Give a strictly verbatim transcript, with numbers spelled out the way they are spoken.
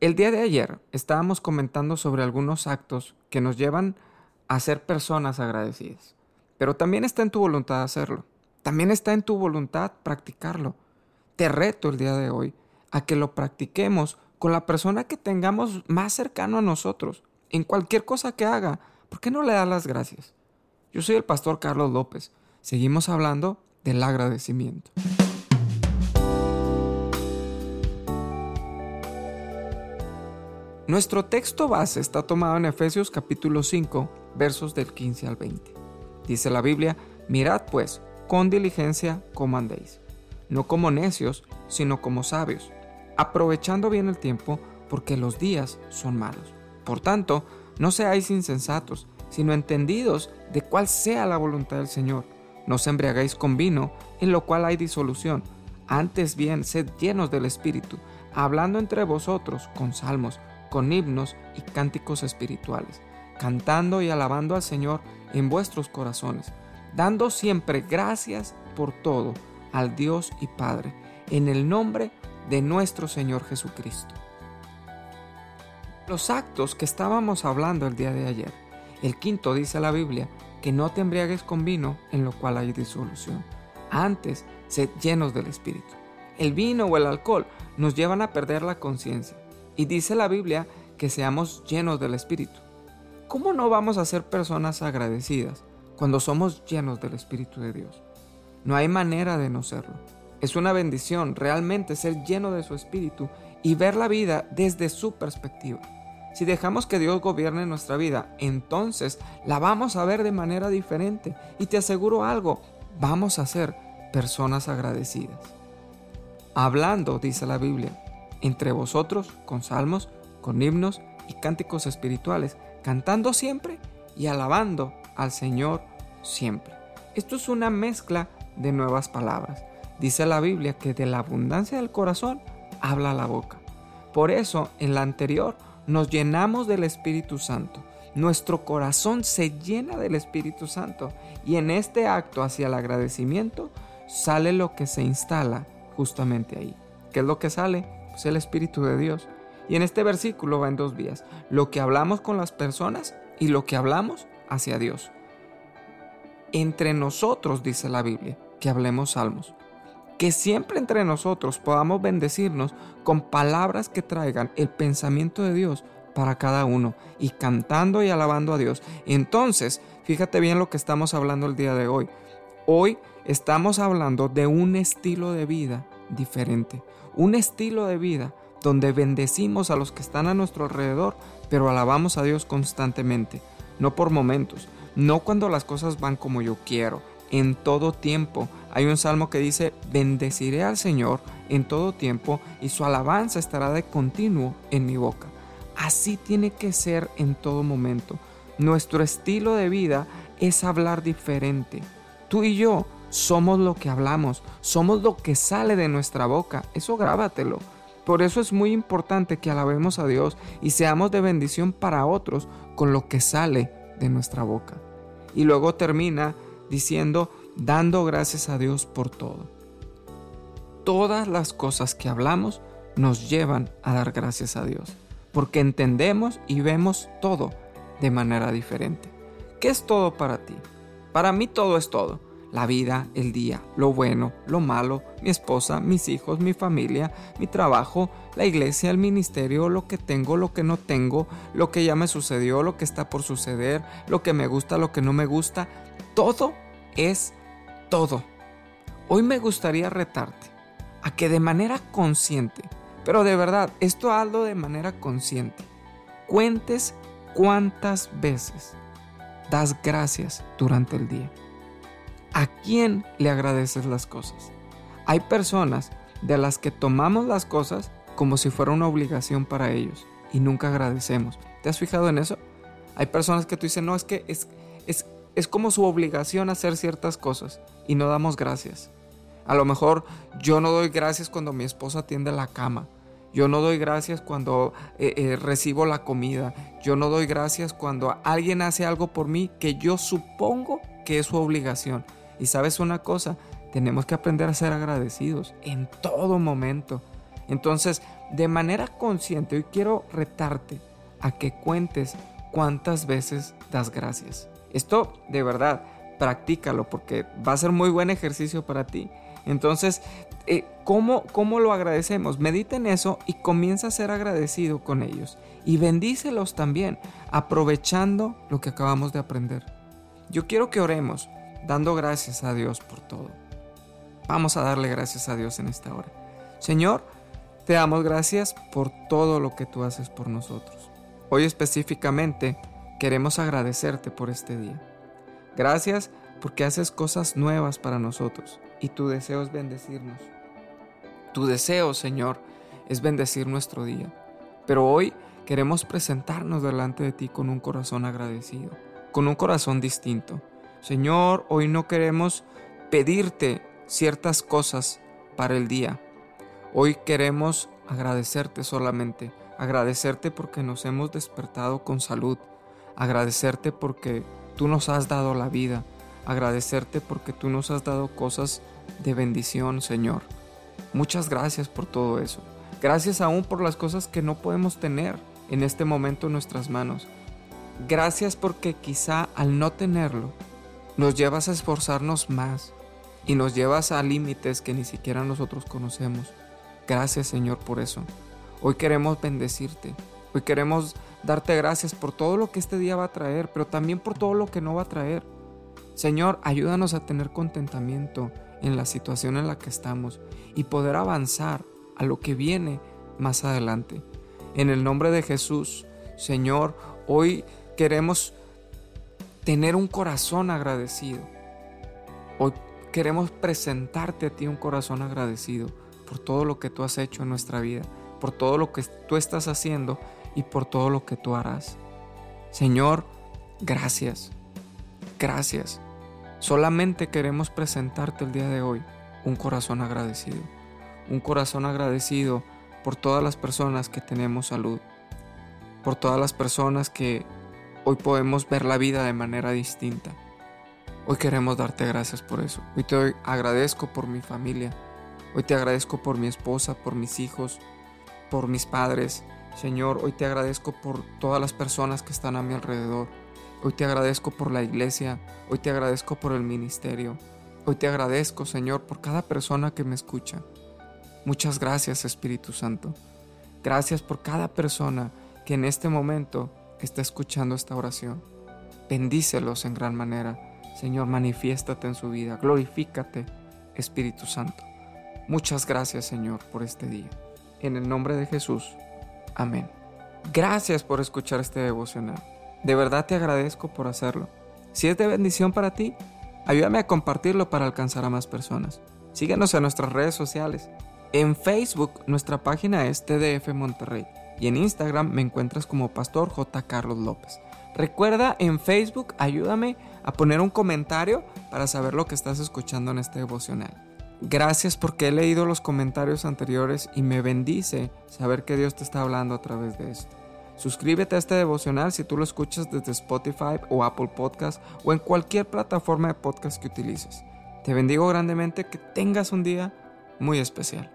El día de ayer estábamos comentando sobre algunos actos que nos llevan a ser personas agradecidas. Pero también está en tu voluntad hacerlo. También está en tu voluntad practicarlo. Te reto el día de hoy a que lo practiquemos con la persona que tengamos más cercano a nosotros. En cualquier cosa que haga, ¿por qué no le das las gracias? Yo soy el pastor Carlos López. Seguimos hablando del agradecimiento. Nuestro texto base está tomado en Efesios capítulo cinco, versos del quince al veinte. Dice la Biblia: mirad pues, con diligencia cómo andéis, no como necios, sino como sabios, aprovechando bien el tiempo, porque los días son malos. Por tanto, no seáis insensatos, sino entendidos de cuál sea la voluntad del Señor. No os embriaguéis con vino, en lo cual hay disolución. Antes bien, sed llenos del Espíritu, hablando entre vosotros con salmos, con himnos y cánticos espirituales, cantando y alabando al Señor en vuestros corazones, dando siempre gracias por todo al Dios y Padre, en el nombre de nuestro Señor Jesucristo. Los actos que estábamos hablando el día de ayer, el quinto dice la Biblia que no te embriagues con vino, en lo cual hay disolución. Antes, sed llenos del Espíritu. El vino o el alcohol nos llevan a perder la conciencia. Y dice la Biblia que seamos llenos del Espíritu. ¿Cómo no vamos a ser personas agradecidas cuando somos llenos del Espíritu de Dios? No hay manera de no serlo. Es una bendición realmente ser lleno de su Espíritu y ver la vida desde su perspectiva. Si dejamos que Dios gobierne nuestra vida, entonces la vamos a ver de manera diferente. Y te aseguro algo, vamos a ser personas agradecidas. Hablando, dice la Biblia, entre vosotros con salmos, con himnos y cánticos espirituales, cantando siempre y alabando al Señor siempre. Esto es una mezcla de nuevas palabras. Dice la Biblia que de la abundancia del corazón habla la boca. Por eso, en la anterior, nos llenamos del Espíritu Santo. Nuestro corazón se llena del Espíritu Santo. Y en este acto hacia el agradecimiento, sale lo que se instala justamente ahí. ¿Qué es lo que sale? Pues el Espíritu de Dios. Y en este versículo va en dos vías: lo que hablamos con las personas y lo que hablamos hacia Dios. Entre nosotros, dice la Biblia, que hablemos salmos. Que siempre entre nosotros podamos bendecirnos con palabras que traigan el pensamiento de Dios para cada uno, y cantando y alabando a Dios. Entonces, fíjate bien lo que estamos hablando el día de hoy. Hoy estamos hablando de un estilo de vida diferente. Un estilo de vida donde bendecimos a los que están a nuestro alrededor, pero alabamos a Dios constantemente, no por momentos, no cuando las cosas van como yo quiero, en todo tiempo. Hay un salmo que dice: bendeciré al Señor en todo tiempo y su alabanza estará de continuo en mi boca. Así tiene que ser en todo momento. Nuestro estilo de vida es hablar diferente. Tú y yo somos lo que hablamos, somos lo que sale de nuestra boca. Eso grábatelo. Por eso es muy importante que alabemos a Dios y seamos de bendición para otros con lo que sale de nuestra boca. Y luego termina diciendo: dando gracias a Dios por todo. Todas las cosas que hablamos nos llevan a dar gracias a Dios, porque entendemos y vemos todo de manera diferente. ¿Qué es todo para ti? Para mí todo es todo. La vida, el día, lo bueno, lo malo, mi esposa, mis hijos, mi familia, mi trabajo, la iglesia, el ministerio, lo que tengo, lo que no tengo, lo que ya me sucedió, lo que está por suceder, lo que me gusta, lo que no me gusta. Todo es todo. Hoy me gustaría retarte a que de manera consciente, pero de verdad, esto hazlo de manera consciente, cuentes cuántas veces das gracias durante el día. ¿A quién le agradeces las cosas? Hay personas de las que tomamos las cosas como si fuera una obligación para ellos y nunca agradecemos. ¿Te has fijado en eso? Hay personas que tú dices: no, es que es, es, es como su obligación hacer ciertas cosas y no damos gracias. A lo mejor yo no doy gracias cuando mi esposa tiende la cama. Yo no doy gracias cuando eh, eh, recibo la comida. Yo no doy gracias cuando alguien hace algo por mí que yo supongo que es su obligación. Y sabes una cosa, tenemos que aprender a ser agradecidos en todo momento. Entonces, de manera consciente, hoy quiero retarte a que cuentes cuántas veces das gracias. Esto de verdad, practícalo porque va a ser muy buen ejercicio para ti. Entonces, eh, ¿cómo, ¿cómo lo agradecemos? Medita en eso y comienza a ser agradecido con ellos. Y bendícelos también, aprovechando lo que acabamos de aprender. Yo quiero que oremos, dando gracias a Dios por todo. Vamos a darle gracias a Dios en esta hora. Señor, te damos gracias por todo lo que tú haces por nosotros. Hoy específicamente queremos agradecerte por este día. Gracias porque haces cosas nuevas para nosotros y tu deseo es bendecirnos. Tu deseo, Señor, es bendecir nuestro día. Pero hoy queremos presentarnos delante de ti con un corazón agradecido, con un corazón distinto. Señor, hoy no queremos pedirte ciertas cosas para el día. Hoy queremos agradecerte solamente, agradecerte porque nos hemos despertado con salud, agradecerte porque tú nos has dado la vida, agradecerte porque tú nos has dado cosas de bendición, Señor. Muchas gracias por todo eso. Gracias aún por las cosas que no podemos tener en este momento en nuestras manos. Gracias porque quizá al no tenerlo, nos llevas a esforzarnos más y nos llevas a límites que ni siquiera nosotros conocemos. Gracias, Señor, por eso. Hoy queremos bendecirte. Hoy queremos darte gracias por todo lo que este día va a traer, pero también por todo lo que no va a traer. Señor, ayúdanos a tener contentamiento en la situación en la que estamos y poder avanzar a lo que viene más adelante. En el nombre de Jesús, Señor, hoy queremos tener un corazón agradecido. Hoy queremos presentarte a ti un corazón agradecido por todo lo que tú has hecho en nuestra vida, por todo lo que tú estás haciendo y por todo lo que tú harás. Señor, gracias. Gracias. Solamente queremos presentarte el día de hoy un corazón agradecido. Un corazón agradecido por todas las personas que tenemos salud. Por todas las personas que hoy podemos ver la vida de manera distinta. Hoy queremos darte gracias por eso. Hoy te agradezco por mi familia. Hoy te agradezco por mi esposa, por mis hijos, por mis padres. Señor, hoy te agradezco por todas las personas que están a mi alrededor. Hoy te agradezco por la iglesia, hoy te agradezco por el ministerio. Hoy te agradezco, Señor, por cada persona que me escucha. Muchas gracias, Espíritu Santo. Gracias por cada persona que en este momento está escuchando esta oración. Bendícelos en gran manera. Señor, manifiéstate en su vida. Glorifícate, Espíritu Santo. Muchas gracias, Señor, por este día. En el nombre de Jesús. Amén. Gracias por escuchar este devocional. De verdad te agradezco por hacerlo. Si es de bendición para ti, ayúdame a compartirlo para alcanzar a más personas. Síguenos en nuestras redes sociales. En Facebook, nuestra página es T D F Monterrey. Y en Instagram me encuentras como Pastor J. Carlos López. Recuerda, en Facebook, ayúdame a poner un comentario para saber lo que estás escuchando en este devocional. Gracias porque he leído los comentarios anteriores y me bendice saber que Dios te está hablando a través de esto. Suscríbete a este devocional si tú lo escuchas desde Spotify o Apple Podcast o en cualquier plataforma de podcast que utilices. Te bendigo grandemente, que tengas un día muy especial.